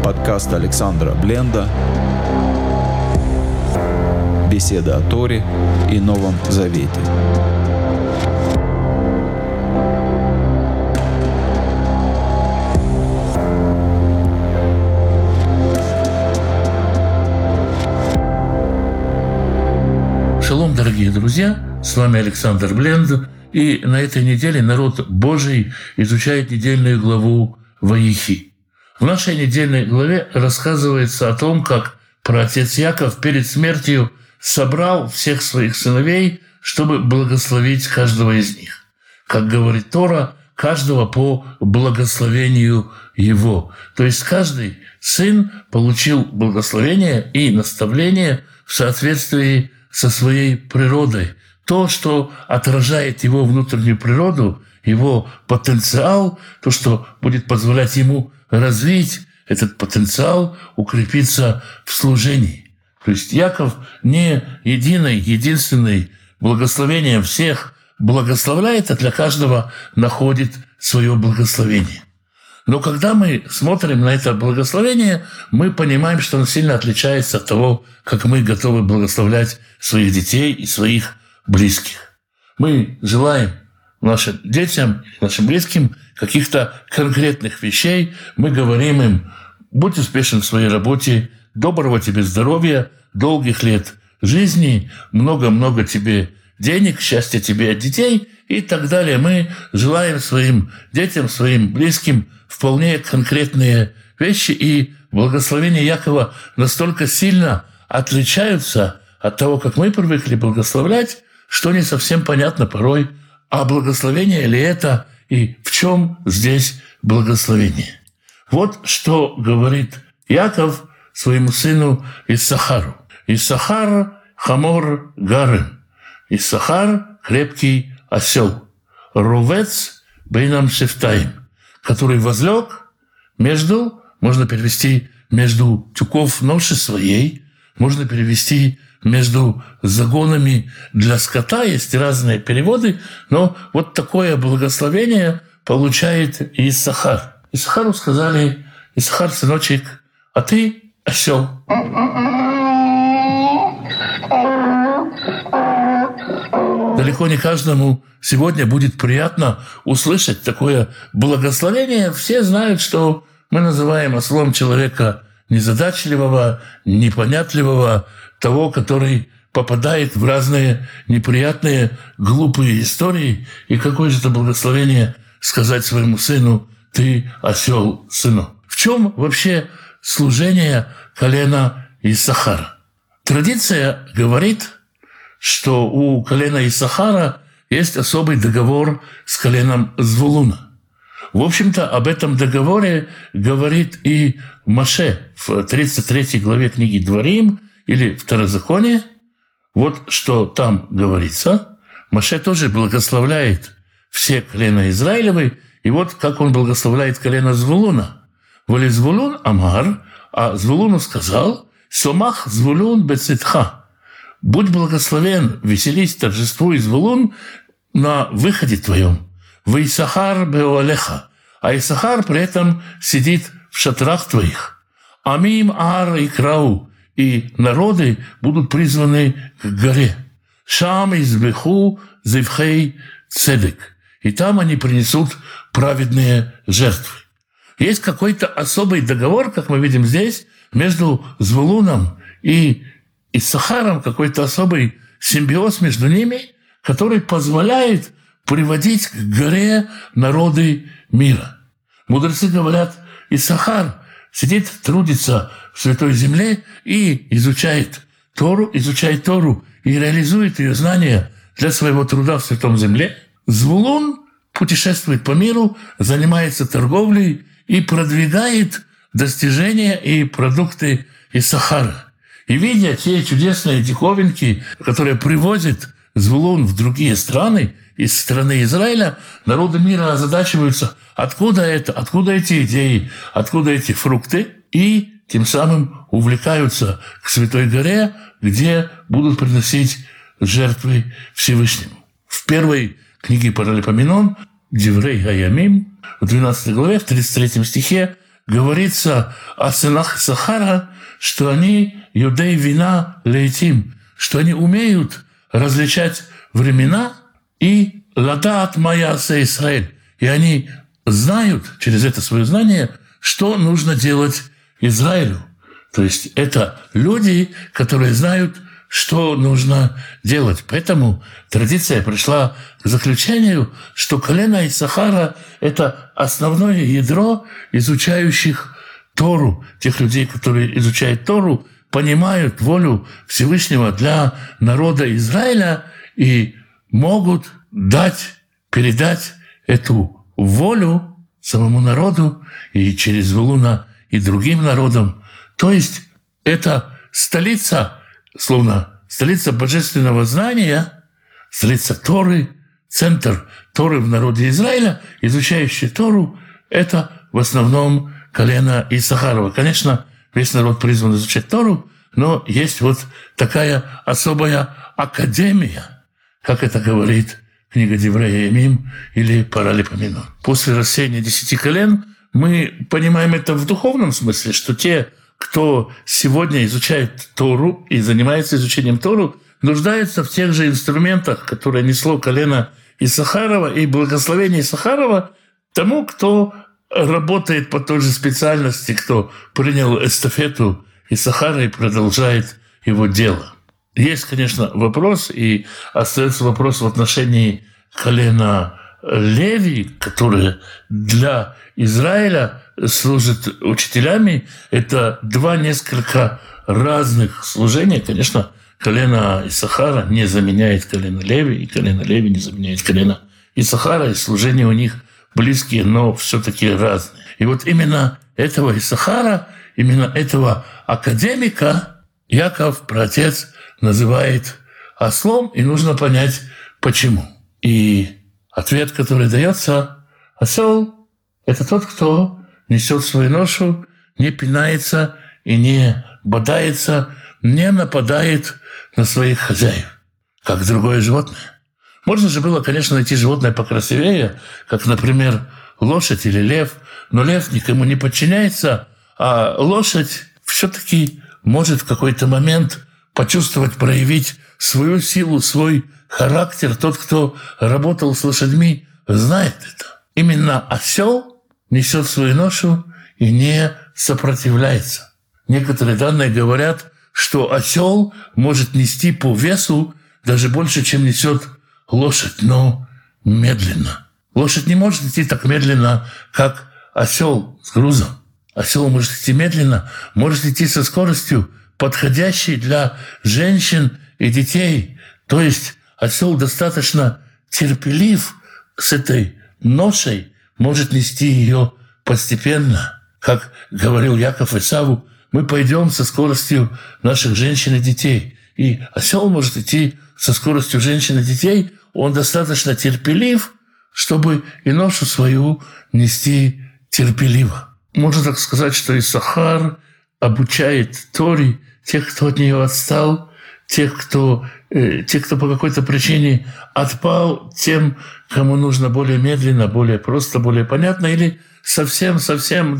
Подкаст Александра Бленда. Беседы о Торе и Новом Завете. Шалом, дорогие друзья! С вами Александр Бленд. И на этой неделе народ Божий изучает недельную главу Ваихи. В нашей недельной главе рассказывается о том, как праотец Яков перед смертью собрал всех своих сыновей, чтобы благословить каждого из них. Как говорит Тора, каждого по благословению его. То есть каждый сын получил благословение и наставление в соответствии со своей природой. То, что отражает его внутреннюю природу, его потенциал, то, что будет позволять ему развить этот потенциал, укрепиться в служении. То есть Яков не единственный благословением всех благословляет, а для каждого находит свое благословение. Но когда мы смотрим на это благословение, мы понимаем, что оно сильно отличается от того, как мы готовы благословлять своих детей и своих близких. Мы желаем нашим детям, нашим близким каких-то конкретных вещей. Мы говорим им: будь успешен в своей работе, доброго тебе здоровья, долгих лет жизни, много-много тебе денег, счастья тебе от детей и так далее. Мы желаем своим детям, своим близким вполне конкретные вещи, и благословения Якова настолько сильно отличаются от того, как мы привыкли благословлять, что не совсем понятно порой, а благословение ли это и в чем здесь благословение. Вот что говорит Яков своему сыну Иссахару. «Иссахар хамор гарем». Иссахар – крепкий осел. Рувец бейнам шефтаим, который возлег между, можно перевести, между тюков ноши своей, можно перевести между загонами для скота. Есть разные переводы, но вот такое благословение получает Иссахар. Иссахару сказали: «Иссахар, сыночек, а ты осел». Далеко не каждому сегодня будет приятно услышать такое благословение. Все знают, что мы называем ослом человека незадачливого, непонятливого, того, который попадает в разные неприятные, глупые истории. И какое же это благословение сказать своему сыну: «Ты осел, сынок». В чем вообще служение колена Иссахара? Традиция говорит, что у колена Иссахара есть особый договор с коленом Звулуна. В общем-то, об этом договоре говорит и Моше в 33 главе книги Дворим или Второзаконие. Вот что там говорится. Моше тоже благословляет все колена Израилевы, и вот как он благословляет колено Звулуна. «Воле Звулун амар», а Звулуну сказал: «Сомах Звулун бецитха». «Будь благословен, веселись, торжествуй, Звулун, на выходе твоем. «Вы Иссахар беолеха», а Иссахар при этом сидит в шатрах твоих. «Амим ар и крау», и народы будут призваны к горе. «Шам избеху зевхей цедек», и там они принесут праведные жертвы. Есть какой-то особый договор, как мы видим здесь, между Звулуном и Иссахаром, какой-то особый симбиоз между ними, который позволяет приводить к горе народы мира. Мудрецы говорят: Иссахар сидит, трудится в Святой Земле и изучает Тору и реализует ее знания для своего труда в Святой Земле. Звулун путешествует по миру, занимается торговлей и продвигает достижения и продукты Иссахара. И видя те чудесные диковинки, которые привозит Звулун в другие страны, из страны Израиля, народы мира озадачиваются: откуда это, откуда эти идеи, откуда эти фрукты, и тем самым увлекаются к Святой горе, где будут приносить жертвы Всевышнему. В первой книге Паралипоменон, Деврей Хаямим, в 12 главе, в 33 стихе говорится о сынах Исахара, что они юдей вина лейтим, что они умеют различать времена и ладаат маясе Исраэль. И они знают через это свое знание, что нужно делать Израилю. То есть это люди, которые знают, что нужно делать. Поэтому традиция пришла к заключению, что колено Исахара – это основное ядро изучающих Тору. Тех людей, которые изучают Тору, понимают волю Всевышнего для народа Израиля и могут передать эту волю самому народу и через Вулуна и другим народам. То есть это столица, словно столица божественного знания, столица Торы, центр Торы в народе Израиля, изучающий Тору, это в основном колено Исахарова. Конечно, весь народ призван изучать Тору, но есть вот такая особая академия, как это говорит книга Деврея Ямим или Паралипоменон. После рассеяния 10 колен мы понимаем это в духовном смысле, что те, кто сегодня изучает Тору и занимается изучением Тору, нуждаются в тех же инструментах, которые несло колено Исахарова, и благословение Исахарова тому, кто работает по той же специальности, кто принял эстафету Исахара и продолжает его дело. Есть, конечно, вопрос, и остается вопрос в отношении колена Леви, которые для Израиля служат учителями. Это два несколько разных служения. Конечно, колено Исахара не заменяет колено Леви, и колено Леви не заменяет колено Исахара, и служения у них близкие, но все-таки разные. И вот именно этого Исахара, именно этого академика Яков, праотец, называет ослом, и нужно понять, почему. И ответ, который дается: осел – это тот, кто несет свою ношу, не пинается и не бодается, не нападает на своих хозяев, как другое животное. Можно же было, конечно, найти животное покрасивее, как, например, лошадь или лев, но лев никому не подчиняется, а лошадь все-таки может в какой-то момент почувствовать, проявить свою силу, свой характер. Тот, кто работал с лошадьми, знает это. Именно осел несет свою ношу и не сопротивляется. Некоторые данные говорят, что осел может нести по весу даже больше, чем несет лошадь, но медленно. Лошадь не может идти так медленно, как осел с грузом. Осел может идти медленно, может идти со скоростью, подходящей для женщин и детей. То есть осел достаточно терпелив с этой ношей, может нести ее постепенно. Как говорил Яков Исаву, мы пойдем со скоростью наших женщин и детей. И осел может идти со скоростью женщин и детей, он достаточно терпелив, чтобы и ношу свою нести терпеливо. Можно так сказать, что Исахар обучает Торе тех, кто от нее отстал, тех, кто по какой-то причине отпал, тем, кому нужно более медленно, более просто, более понятно, или совсем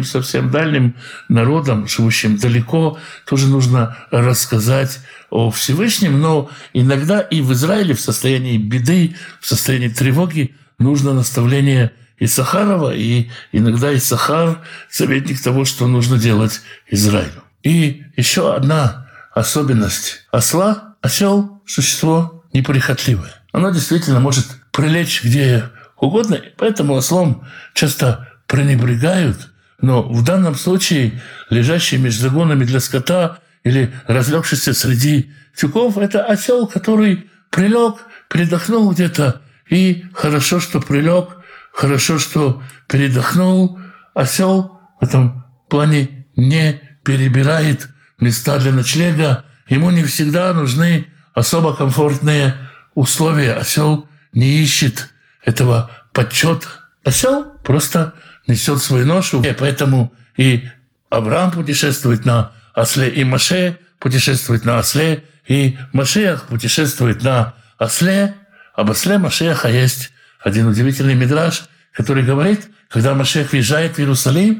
дальним народам, живущим далеко, тоже нужно рассказать о Всевышнем. Но иногда и в Израиле в состоянии беды, в состоянии тревоги нужно наставление Исахарова, и иногда Исахар – советник того, что нужно делать Израилю. И еще одна особенность осла – осел – существо неприхотливое. Оно действительно может прилечь где угодно, поэтому ослом часто пренебрегают, но в данном случае лежащий между загонами для скота или разлегшийся среди тюков – это осел, который прилег, передохнул где-то, и хорошо, что прилег, хорошо, что передохнул. Осел в этом плане не перебирает места для ночлега. Ему не всегда нужны особо комфортные условия. Осел не ищет этого почета. Осел просто несет свою ношу. И поэтому и Авраам путешествует на осле, и Моше путешествует на осле, и Машиах путешествует на осле. Об осле Машиаха есть один удивительный мидраш, который говорит, когда Машиах въезжает в Иерусалим,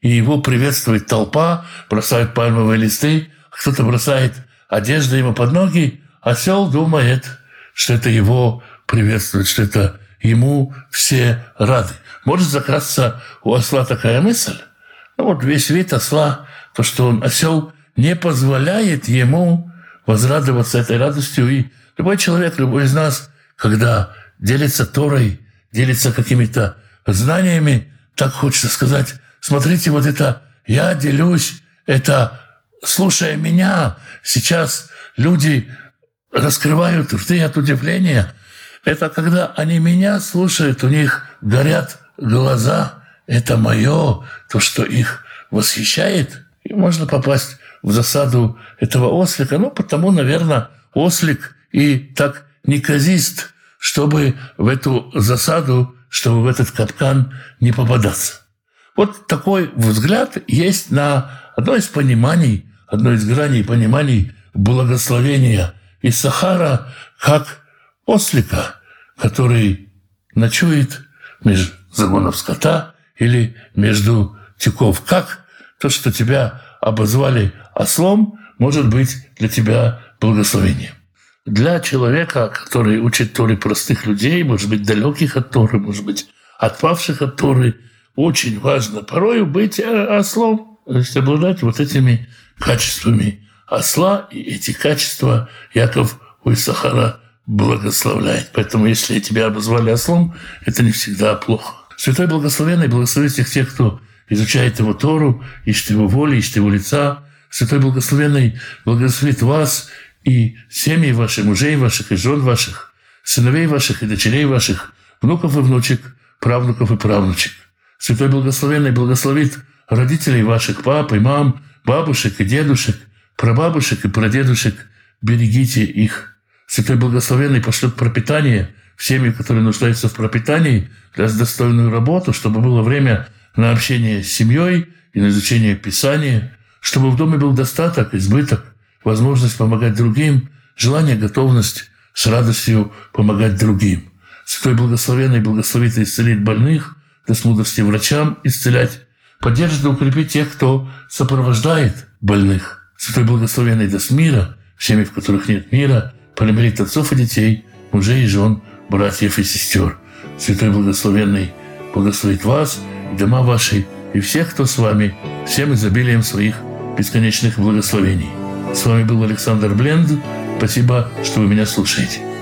и его приветствует толпа, бросают пальмовые листы, кто-то бросает одежду ему под ноги, осел думает, что это его приветствует, что это ему все рады. Может закрасться у осла такая мысль? Ну вот весь вид осла, то, что он осел, не позволяет ему возрадоваться этой радостью. И любой человек, любой из нас, когда делится Торой, делится какими-то знаниями, так хочется сказать: смотрите, вот это я делюсь, это, слушая меня, сейчас люди раскрывают рты от удивления. Это когда они меня слушают, у них горят глаза. Это мое, то, что их восхищает. И можно попасть в засаду этого ослика. Ну, потому, наверное, ослик и так неказист, чтобы в эту засаду, чтобы в этот капкан не попадаться. Вот такой взгляд есть на одно из пониманий, одно из граней пониманий благословения Иссахара как ослика, который ночует между загонов скота или между тюков. Как то, что тебя обозвали ослом, может быть для тебя благословением. Для человека, который учит Торе простых людей, может быть, далеких от Торы, может быть, отпавших от Торы, очень важно порою быть ослом, то есть обладать вот этими качествами осла, и эти качества Яков у Иссахара благословляет. Поэтому, если тебя обозвали ослом, это не всегда плохо. Святой Благословенный благословит всех тех, кто изучает его Тору, ищет его воли, ищет его лица. Святой Благословенный благословит вас и семьи ваших, мужей ваших и жен ваших, сыновей ваших и дочерей ваших, внуков и внучек, правнуков и правнучек. Святой Благословенный благословит родителей ваших, пап и мам, бабушек и дедушек, прабабушек и прадедушек. Берегите их. Святой Благословенный пошлет пропитание в семьи, которые нуждаются в пропитании, даст достойную работу, чтобы было время на общение с семьей и на изучение Писания, чтобы в доме был достаток, избыток, возможность помогать другим, желание, готовность с радостью помогать другим. Святой Благословенный благословит и исцелит больных, даст мудрости врачам исцелять, поддержит и укрепит тех, кто сопровождает больных. Святой Благословенный даст мира в семьи, в которых нет мира, примирит отцов и детей, мужей и жен, братьев и сестер. Святой Благословенный благословит вас и дома ваши, и всех, кто с вами, всем изобилием своих бесконечных благословений. С вами был Александр Бленд. Спасибо, что вы меня слушаете.